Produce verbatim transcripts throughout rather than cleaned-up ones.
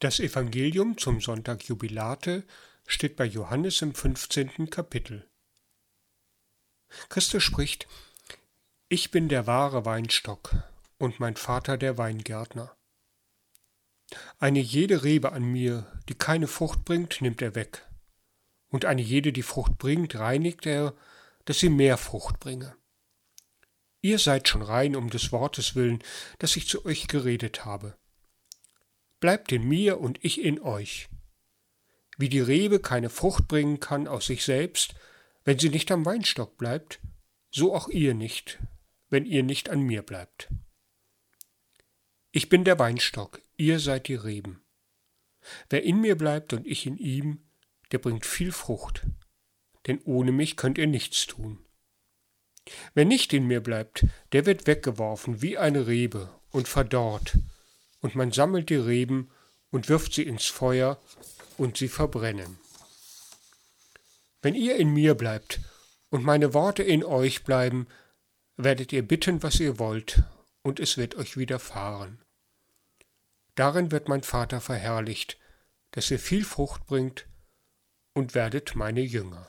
Das Evangelium zum Sonntag Jubilate steht bei Johannes im fünfzehnten Kapitel. Christus spricht: Ich bin der wahre Weinstock und mein Vater der Weingärtner. Eine jede Rebe an mir, die keine Frucht bringt, nimmt er weg. Und eine jede, die Frucht bringt, reinigt er, dass sie mehr Frucht bringe. Ihr seid schon rein um des Wortes willen, das ich zu euch geredet habe. Bleibt in mir und ich in euch. Wie die Rebe keine Frucht bringen kann aus sich selbst, wenn sie nicht am Weinstock bleibt, so auch ihr nicht, wenn ihr nicht an mir bleibt. Ich bin der Weinstock, ihr seid die Reben. Wer in mir bleibt und ich in ihm, der bringt viel Frucht, denn ohne mich könnt ihr nichts tun. Wer nicht in mir bleibt, der wird weggeworfen wie eine Rebe und verdorrt, und man sammelt die Reben und wirft sie ins Feuer, und sie verbrennen. Wenn ihr in mir bleibt und meine Worte in euch bleiben, werdet ihr bitten, was ihr wollt, und es wird euch widerfahren. Darin wird mein Vater verherrlicht, dass ihr viel Frucht bringt und werdet meine Jünger.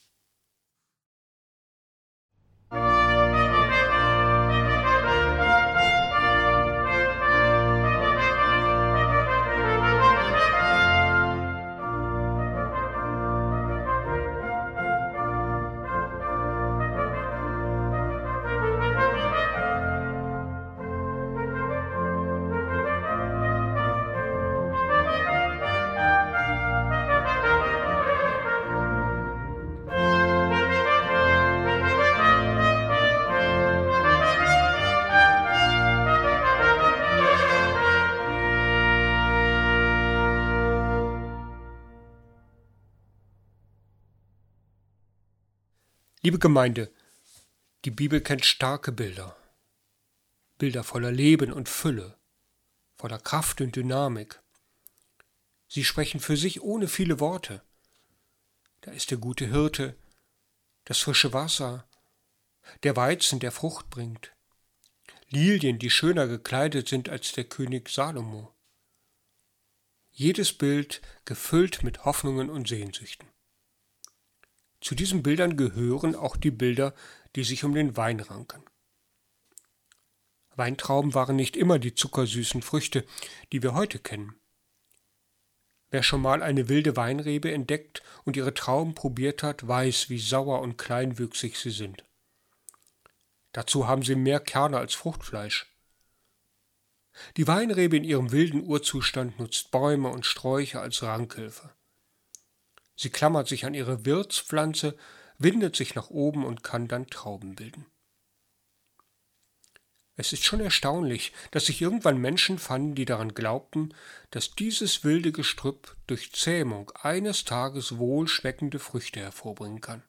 Liebe Gemeinde, die Bibel kennt starke Bilder. Bilder voller Leben und Fülle, voller Kraft und Dynamik. Sie sprechen für sich ohne viele Worte. Da ist der gute Hirte, das frische Wasser, der Weizen, der Frucht bringt, Lilien, die schöner gekleidet sind als der König Salomo. Jedes Bild gefüllt mit Hoffnungen und Sehnsüchten. Zu diesen Bildern gehören auch die Bilder, die sich um den Wein ranken. Weintrauben waren nicht immer die zuckersüßen Früchte, die wir heute kennen. Wer schon mal eine wilde Weinrebe entdeckt und ihre Trauben probiert hat, weiß, wie sauer und kleinwüchsig sie sind. Dazu haben sie mehr Kerne als Fruchtfleisch. Die Weinrebe in ihrem wilden Urzustand nutzt Bäume und Sträucher als Rankhilfe. Sie klammert sich an ihre Wirtspflanze, windet sich nach oben und kann dann Trauben bilden. Es ist schon erstaunlich, dass sich irgendwann Menschen fanden, die daran glaubten, dass dieses wilde Gestrüpp durch Zähmung eines Tages wohlschmeckende Früchte hervorbringen kann.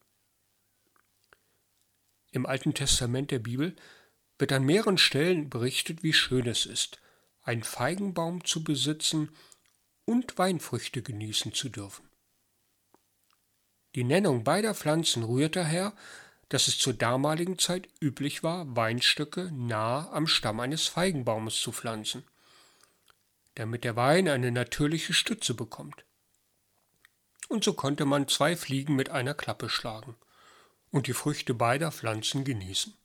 Im Alten Testament der Bibel wird an mehreren Stellen berichtet, wie schön es ist, einen Feigenbaum zu besitzen und Weinfrüchte genießen zu dürfen. Die Nennung beider Pflanzen rührt daher, dass es zur damaligen Zeit üblich war, Weinstöcke nahe am Stamm eines Feigenbaumes zu pflanzen, damit der Wein eine natürliche Stütze bekommt. Und so konnte man zwei Fliegen mit einer Klappe schlagen und die Früchte beider Pflanzen genießen.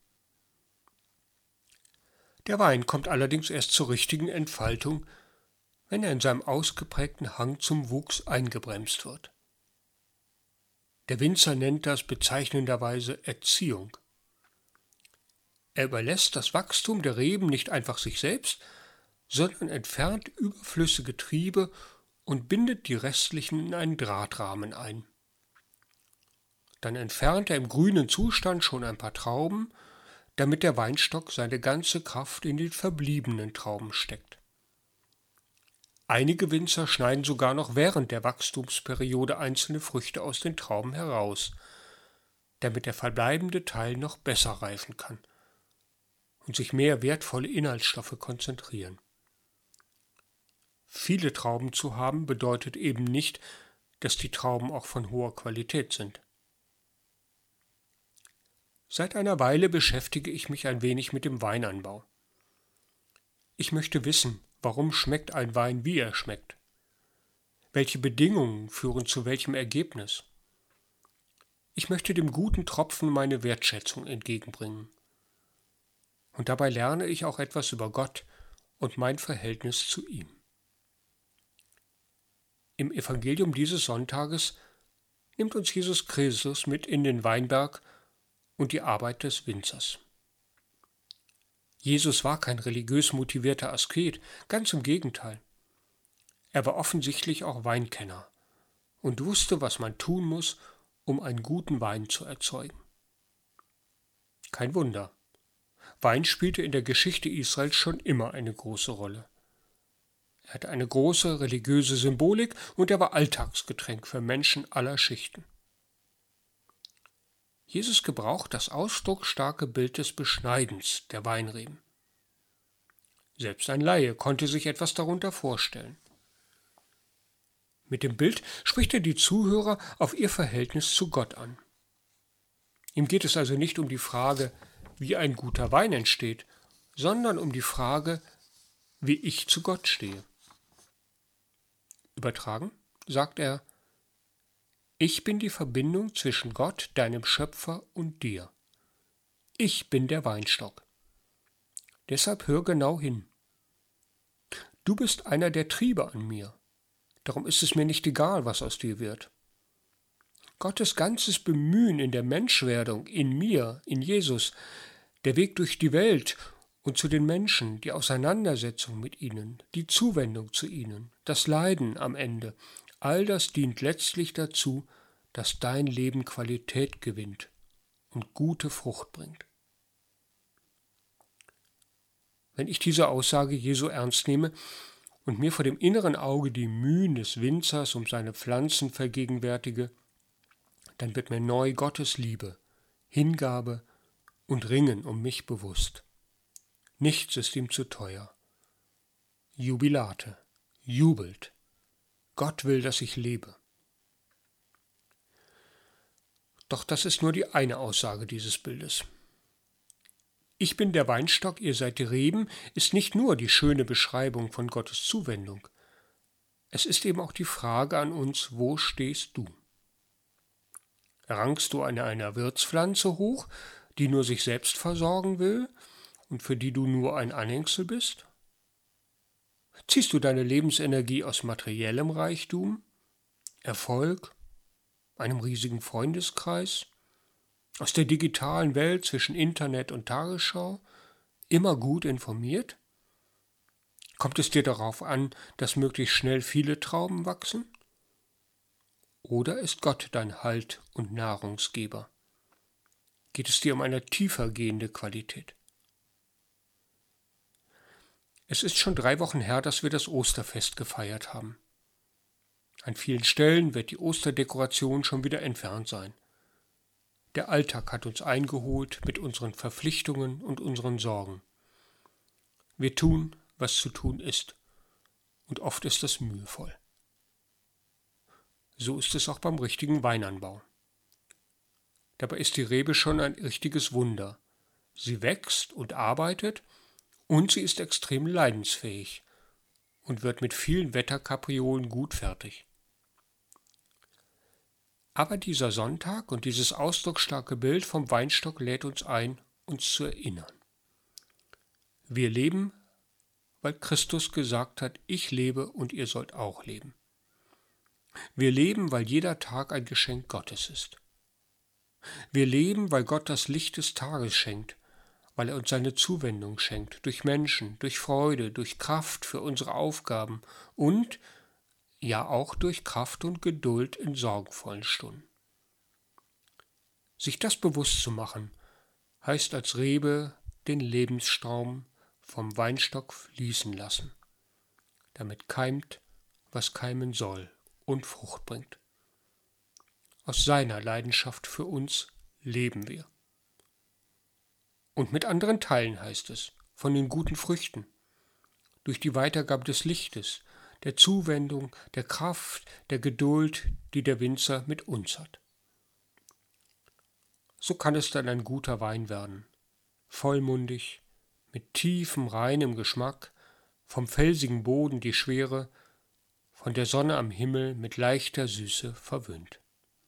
Der Wein kommt allerdings erst zur richtigen Entfaltung, wenn er in seinem ausgeprägten Hang zum Wuchs eingebremst wird. Der Winzer nennt das bezeichnenderweise Erziehung. Er überlässt das Wachstum der Reben nicht einfach sich selbst, sondern entfernt überflüssige Triebe und bindet die restlichen in einen Drahtrahmen ein. Dann entfernt er im grünen Zustand schon ein paar Trauben, damit der Weinstock seine ganze Kraft in den verbliebenen Trauben steckt. Einige Winzer schneiden sogar noch während der Wachstumsperiode einzelne Früchte aus den Trauben heraus, damit der verbleibende Teil noch besser reifen kann und sich mehr wertvolle Inhaltsstoffe konzentrieren. Viele Trauben zu haben bedeutet eben nicht, dass die Trauben auch von hoher Qualität sind. Seit einer Weile beschäftige ich mich ein wenig mit dem Weinanbau. Ich möchte wissen, warum schmeckt ein Wein, wie er schmeckt? Welche Bedingungen führen zu welchem Ergebnis? Ich möchte dem guten Tropfen meine Wertschätzung entgegenbringen. Und dabei lerne ich auch etwas über Gott und mein Verhältnis zu ihm. Im Evangelium dieses Sonntages nimmt uns Jesus Christus mit in den Weinberg und die Arbeit des Winzers. Jesus war kein religiös motivierter Asket, ganz im Gegenteil. Er war offensichtlich auch Weinkenner und wusste, was man tun muss, um einen guten Wein zu erzeugen. Kein Wunder. Wein spielte in der Geschichte Israels schon immer eine große Rolle. Er hatte eine große religiöse Symbolik und er war Alltagsgetränk für Menschen aller Schichten. Jesus gebraucht das ausdrucksstarke Bild des Beschneidens der Weinreben. Selbst ein Laie konnte sich etwas darunter vorstellen. Mit dem Bild spricht er die Zuhörer auf ihr Verhältnis zu Gott an. Ihm geht es also nicht um die Frage, wie ein guter Wein entsteht, sondern um die Frage, wie ich zu Gott stehe. Übertragen sagt er: Ich bin die Verbindung zwischen Gott, deinem Schöpfer, und dir. Ich bin der Weinstock. Deshalb hör genau hin. Du bist einer der Triebe an mir. Darum ist es mir nicht egal, was aus dir wird. Gottes ganzes Bemühen in der Menschwerdung, in mir, in Jesus, der Weg durch die Welt und zu den Menschen, die Auseinandersetzung mit ihnen, die Zuwendung zu ihnen, das Leiden am Ende, all das dient letztlich dazu, dass dein Leben Qualität gewinnt und gute Frucht bringt. Wenn ich diese Aussage Jesu ernst nehme und mir vor dem inneren Auge die Mühen des Winzers um seine Pflanzen vergegenwärtige, dann wird mir neu Gottes Liebe, Hingabe und Ringen um mich bewusst. Nichts ist ihm zu teuer. Jubilate, jubelt. Gott will, dass ich lebe. Doch das ist nur die eine Aussage dieses Bildes. Ich bin der Weinstock, ihr seid die Reben, ist nicht nur die schöne Beschreibung von Gottes Zuwendung. Es ist eben auch die Frage an uns: Wo stehst du? Rangst du an einer Wirtspflanze hoch, die nur sich selbst versorgen will und für die du nur ein Anhängsel bist? Ziehst du deine Lebensenergie aus materiellem Reichtum, Erfolg, einem riesigen Freundeskreis, aus der digitalen Welt zwischen Internet und Tagesschau, immer gut informiert? Kommt es dir darauf an, dass möglichst schnell viele Trauben wachsen? Oder ist Gott dein Halt und Nahrungsgeber? Geht es dir um eine tiefer gehende Qualität? Es ist schon drei Wochen her, dass wir das Osterfest gefeiert haben. An vielen Stellen wird die Osterdekoration schon wieder entfernt sein. Der Alltag hat uns eingeholt mit unseren Verpflichtungen und unseren Sorgen. Wir tun, was zu tun ist, und oft ist das mühevoll. So ist es auch beim richtigen Weinanbau. Dabei ist die Rebe schon ein richtiges Wunder. Sie wächst und arbeitet und sie ist extrem leidensfähig und wird mit vielen Wetterkapriolen gut fertig. Aber dieser Sonntag und dieses ausdrucksstarke Bild vom Weinstock lädt uns ein, uns zu erinnern. Wir leben, weil Christus gesagt hat: Ich lebe und ihr sollt auch leben. Wir leben, weil jeder Tag ein Geschenk Gottes ist. Wir leben, weil Gott das Licht des Tages schenkt, weil er uns seine Zuwendung schenkt, durch Menschen, durch Freude, durch Kraft für unsere Aufgaben und ja auch durch Kraft und Geduld in sorgenvollen Stunden. Sich das bewusst zu machen, heißt als Rebe den Lebensstrom vom Weinstock fließen lassen, damit keimt, was keimen soll und Frucht bringt. Aus seiner Leidenschaft für uns leben wir. Und mit anderen teilen heißt es, von den guten Früchten, durch die Weitergabe des Lichtes, der Zuwendung, der Kraft, der Geduld, die der Winzer mit uns hat. So kann es dann ein guter Wein werden, vollmundig, mit tiefem, reinem Geschmack, vom felsigen Boden die Schwere, von der Sonne am Himmel mit leichter Süße verwöhnt.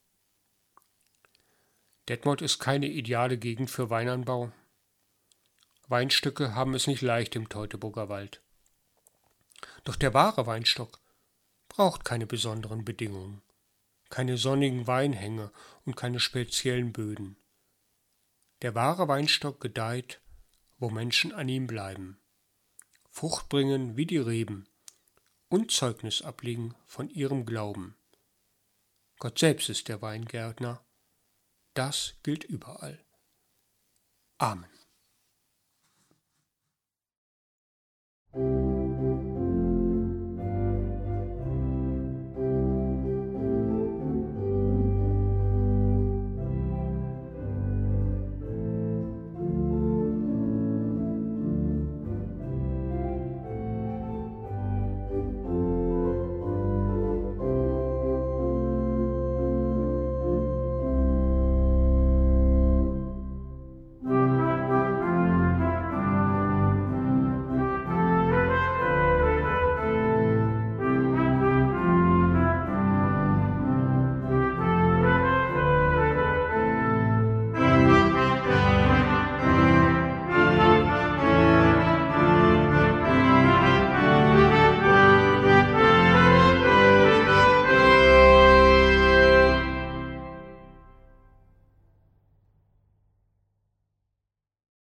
Detmold ist keine ideale Gegend für Weinanbau. Weinstöcke haben es nicht leicht im Teutoburger Wald. Doch der wahre Weinstock braucht keine besonderen Bedingungen, keine sonnigen Weinhänge und keine speziellen Böden. Der wahre Weinstock gedeiht, wo Menschen an ihm bleiben, Frucht bringen wie die Reben und Zeugnis ablegen von ihrem Glauben. Gott selbst ist der Weingärtner, das gilt überall. Amen.